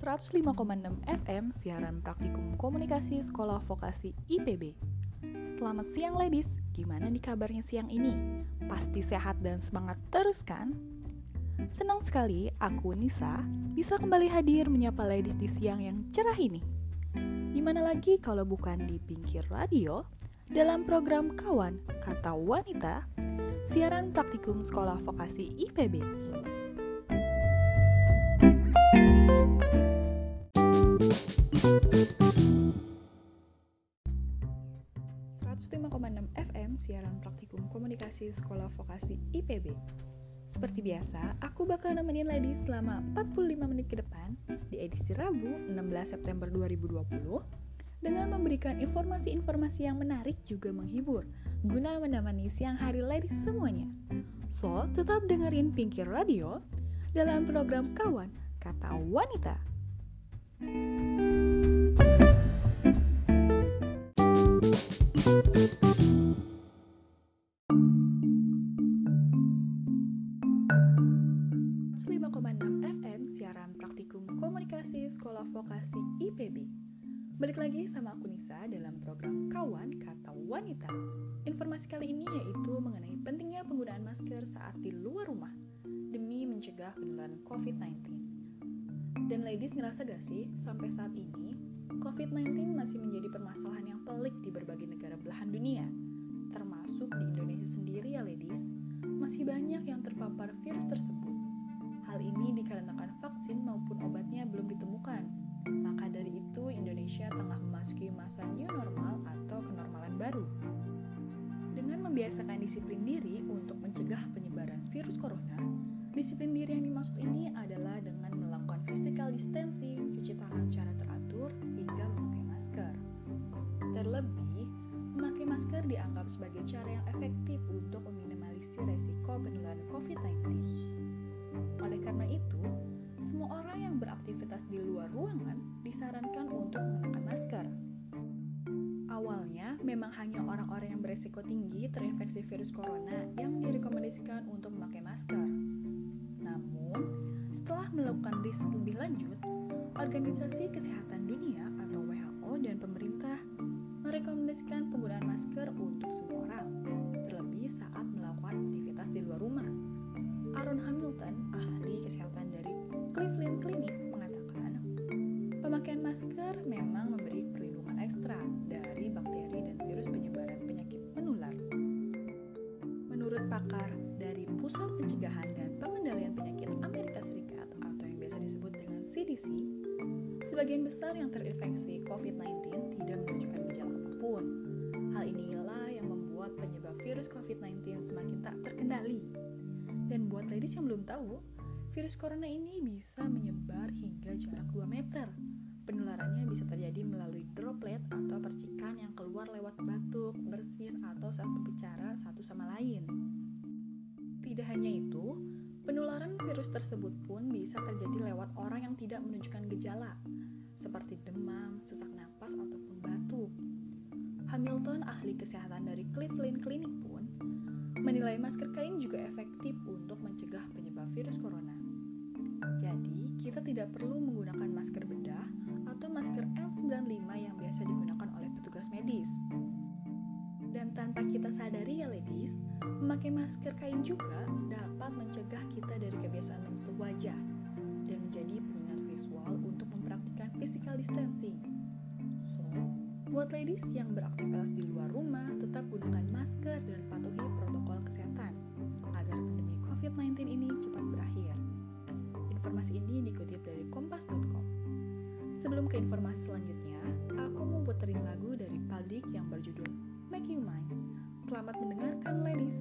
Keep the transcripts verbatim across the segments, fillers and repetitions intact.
seratus lima koma enam F M siaran praktikum komunikasi sekolah vokasi I P B. Selamat siang ladies, gimana nih kabarnya siang ini? Pasti sehat dan semangat terus kan? Senang sekali aku Nisa bisa kembali hadir menyapa ladies di siang yang cerah ini. Dimana lagi kalau bukan di Pinggir Radio dalam program Kawan Kata Wanita, siaran praktikum sekolah vokasi I P B. seratus lima koma enam F M siaran praktikum komunikasi sekolah vokasi I P B. Seperti biasa, aku bakal nemenin ladies selama empat puluh lima menit ke depan di edisi Rabu enam belas September dua ribu dua puluh dengan memberikan informasi-informasi yang menarik juga menghibur guna menemani siang hari ladies semuanya. So, tetap dengerin Pinggir Radio dalam program Kawan Kata Wanita. seratus lima koma enam F M siaran praktikum komunikasi sekolah vokasi I P B. Balik lagi sama aku Nisa dalam program Kawan Kata Wanita. Informasi kali ini yaitu mengenai pentingnya penggunaan masker saat di luar rumah demi mencegah penularan covid sembilan belas. Dan ladies ngerasa gak sih sampai saat ini covid sembilan belas masih menjadi permasalahan yang pelik di berbagai negara belahan dunia, termasuk di Indonesia sendiri ya ladies. Masih banyak yang terpapar virus tersebut. Hal ini dikarenakan vaksin maupun obatnya belum ditemukan. Maka dari itu Indonesia tengah memasuki masa new normal atau kenormalan baru. Dengan membiasakan disiplin diri untuk mencegah penyebaran virus corona, disiplin diri yang dimaksud ini adalah dengan melakukan physical distancing, cuci tangan secara teratur, hingga memakai masker. Terlebih, memakai masker dianggap sebagai cara yang efektif untuk meminimalisir resiko penularan covid sembilan belas. Oleh karena itu, semua orang yang beraktivitas di luar ruangan disarankan untuk menggunakan masker. Awalnya, memang hanya orang-orang yang beresiko tinggi terinfeksi virus corona yang direkomendasikan untuk memakai masker. Namun, setelah melakukan riset lebih lanjut, Organisasi Kesehatan Dunia atau W H O dan pemerintah merekomendasikan penggunaan masker untuk semua orang, terlebih saat melakukan aktivitas di luar rumah. Aaron Hamilton, ahli kesehatan dari Cleveland Clinic, mengatakan, pemakaian masker memang memberi perlindungan ekstra dari bakteri dan virus penyebaran penyakit menular. Menurut pakar dari Pusat Pencegahan dan Pengendalian Penyakit Amerika Serikat atau yang biasa disebut dengan C D C, sebagian besar yang terinfeksi covid sembilan belas tidak menunjukkan gejala apapun. Hal inilah yang membuat penyebab virus covid sembilan belas semakin tak terkendali. Dan buat ladies yang belum tahu, virus corona ini bisa menyebar hingga jarak dua meter. Penularannya bisa terjadi melalui droplet atau percikan yang keluar lewat batuk, bersin, atau saat berbicara satu sama lain. Tidak hanya itu, penularan virus tersebut pun bisa terjadi lewat orang yang tidak menunjukkan gejala, seperti demam, sesak napas, ataupun batuk. Hamilton, ahli kesehatan dari Cleveland Clinic pun menilai masker kain juga efektif untuk mencegah penyebab virus corona. Jadi, kita tidak perlu menggunakan masker bedah atau masker N sembilan puluh lima yang biasa digunakan oleh petugas medis. Dan tanpa kita sadari ya ladies, memakai masker kain juga dapat mencegah kita dari kebiasaan menutup wajah dan menjadi pengingat visual untuk mempraktikkan physical distancing. So, buat ladies yang beraktivitas di luar rumah, tetap gunakan masker dan patuhi protokol kesehatan agar pandemi covid sembilan belas ini cepat berakhir. Informasi ini dikutip dari kompas dot com. Sebelum ke informasi selanjutnya, aku mau puterin lagu dari Public yang berjudul Make You Mine. Selamat mendengarkan ladies.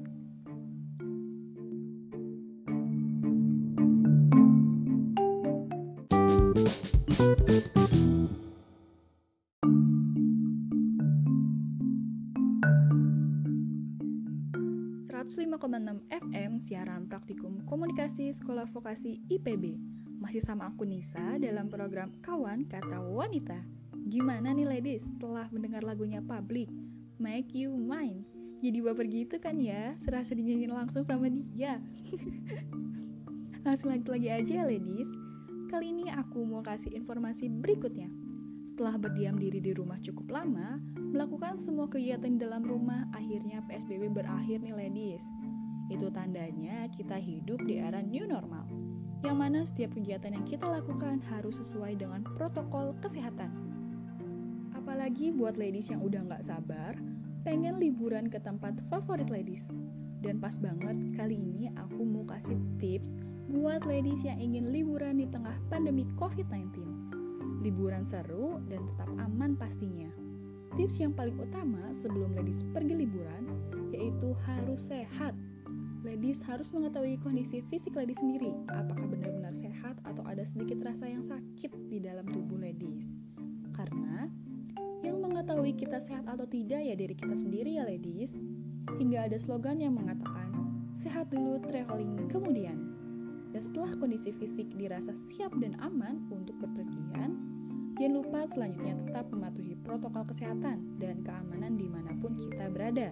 seratus lima koma enam F M siaran praktikum komunikasi sekolah vokasi I P B. Masih sama aku Nisa dalam program Kawan Kata Wanita. Gimana nih ladies setelah mendengar lagunya Public, Make You Mine? Jadi baper gitu kan ya, serasa dinyanyiin langsung sama dia. Langsung lanjut lagi aja ya ladies. Kali ini aku mau kasih informasi berikutnya. Setelah berdiam diri di rumah cukup lama, melakukan semua kegiatan di dalam rumah, akhirnya P S B B berakhir nih ladies. Itu tandanya kita hidup di era new normal, yang mana setiap kegiatan yang kita lakukan harus sesuai dengan protokol kesehatan. Apalagi buat ladies yang udah gak sabar, pengen liburan ke tempat favorit ladies. Dan pas banget kali ini aku mau kasih tips buat ladies yang ingin liburan di tengah pandemi covid sembilan belas. Liburan seru dan tetap aman pastinya. Tips yang paling utama sebelum ladies pergi liburan yaitu harus sehat. Ladies harus mengetahui kondisi fisik ladies sendiri, apakah benar-benar sehat atau ada sedikit rasa yang sakit di dalam tubuh ladies. Karena yang mengetahui kita sehat atau tidak ya diri kita sendiri ya ladies. Hingga ada slogan yang mengatakan, sehat dulu traveling kemudian. Dan setelah kondisi fisik dirasa siap dan aman untuk bepergian, jangan lupa selanjutnya tetap mematuhi protokol kesehatan dan keamanan dimanapun kita berada.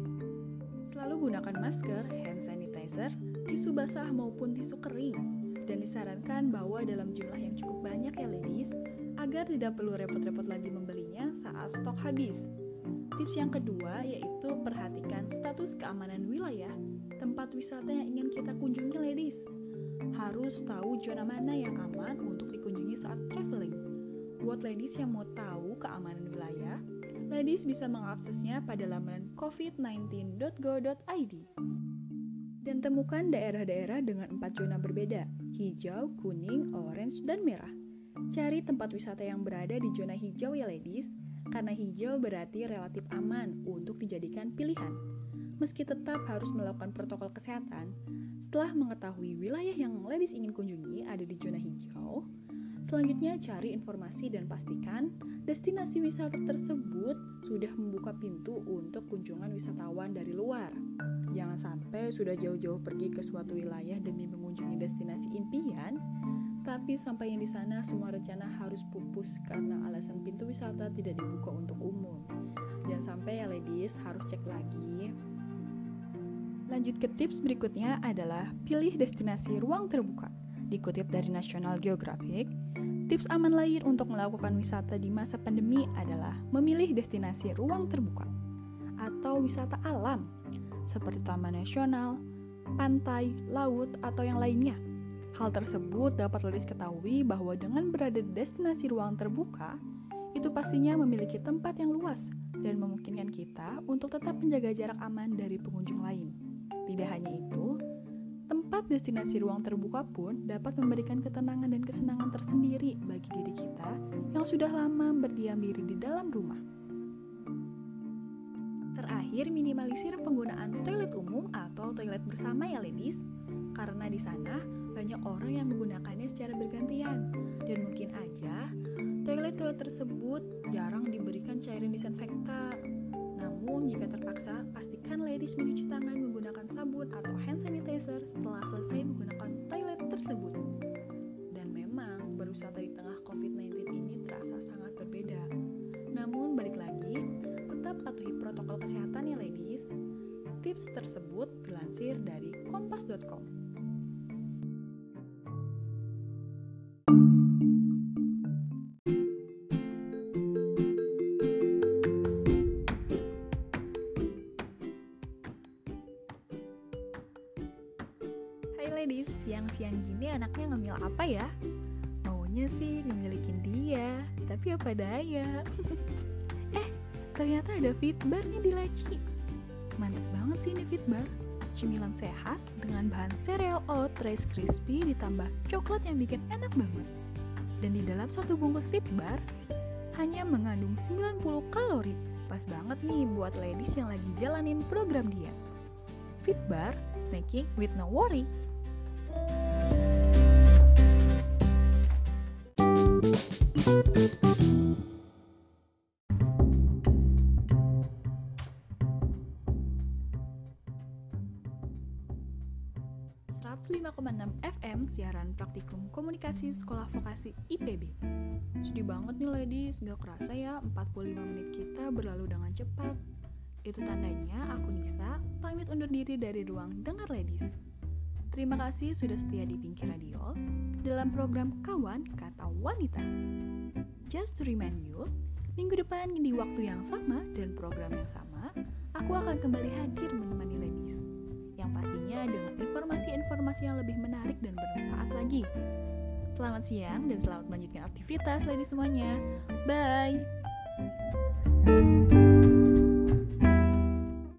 Selalu gunakan masker, hand sanitizer, tisu basah maupun tisu kering. Dan disarankan bahwa dalam jumlah yang cukup banyak ya ladies, agar tidak perlu repot-repot lagi membelinya saat stok habis. Tips yang kedua yaitu perhatikan status keamanan wilayah tempat wisata yang ingin kita kunjungi ladies. Harus tahu zona mana yang aman untuk dikunjungi saat traveling. Buat ladies yang mau tahu keamanan wilayah, ladies bisa mengaksesnya pada laman covid sembilan belas dot go dot i d. Dan temukan daerah-daerah dengan empat zona berbeda, hijau, kuning, orange, dan merah. Cari tempat wisata yang berada di zona hijau ya ladies, karena hijau berarti relatif aman untuk dijadikan pilihan. Meski tetap harus melakukan protokol kesehatan, setelah mengetahui wilayah yang ladies ingin kunjungi ada di zona hijau, selanjutnya cari informasi dan pastikan destinasi wisata tersebut sudah membuka pintu untuk kunjungan wisatawan dari luar. Jangan sampai sudah jauh-jauh pergi ke suatu wilayah demi mengunjungi destinasi impian, tapi sampai yang di sana semua rencana harus pupus karena alasan pintu wisata tidak dibuka untuk umum. Jangan sampai ya ladies harus cek lagi. Lanjut ke tips berikutnya adalah pilih destinasi ruang terbuka. Dikutip dari National Geographic, tips aman lain untuk melakukan wisata di masa pandemi adalah memilih destinasi ruang terbuka atau wisata alam seperti taman nasional, pantai, laut, atau yang lainnya. Hal tersebut dapat ladies ketahui bahwa dengan berada di destinasi ruang terbuka, itu pastinya memiliki tempat yang luas dan memungkinkan kita untuk tetap menjaga jarak aman dari pengunjung lain. Tidak hanya itu, tempat destinasi ruang terbuka pun dapat memberikan ketenangan dan kesenangan tersendiri bagi diri kita yang sudah lama berdiam diri di dalam rumah. Terakhir, minimalisir penggunaan toilet umum atau toilet bersama ya ladies, karena di sana banyak orang yang menggunakannya secara bergantian dan mungkin aja toilet-toilet tersebut jarang diberikan cairan disinfektan. Namun jika terpaksa, pastikan ladies mencuci tangan menggunakan sabun atau hand sanitizer setelah selesai menggunakan toilet tersebut. Dan memang berwisata di tengah covid sembilan belas ini terasa sangat berbeda. Namun balik lagi, tetap patuhi protokol kesehatan ya ladies. Tips tersebut dilansir dari kompas dot com. Ladies, siang-siang gini anaknya ngemil apa ya? Maunya sih ngemilikin dia, tapi apa daya. eh, ternyata ada Fitbar nih di laci. Mantep banget sih ini Fitbar. Cemilan sehat dengan bahan sereal oat Rice Crispy ditambah coklat yang bikin enak banget. Dan di dalam satu bungkus Fitbar hanya mengandung sembilan puluh kalori. Pas banget nih buat ladies yang lagi jalanin program diet. Fitbar, snacking with no worry. seratus lima koma enam F M siaran praktikum komunikasi sekolah vokasi I P B. Sedih banget nih ladies, gak kerasa ya empat puluh lima menit kita berlalu dengan cepat. Itu tandanya aku Nisa pamit undur diri dari ruang dengar ladies. Terima kasih sudah setia di Pinky Radio. Dalam dalam program Kawan Kata Wanita. Just to remind you, minggu depan di waktu yang sama dan program yang sama, aku akan kembali hadir menemani ladies. Yang pastinya dengan informasi-informasi yang lebih menarik dan bermanfaat lagi. Selamat siang dan selamat melanjutkan aktivitas ladies semuanya. Bye!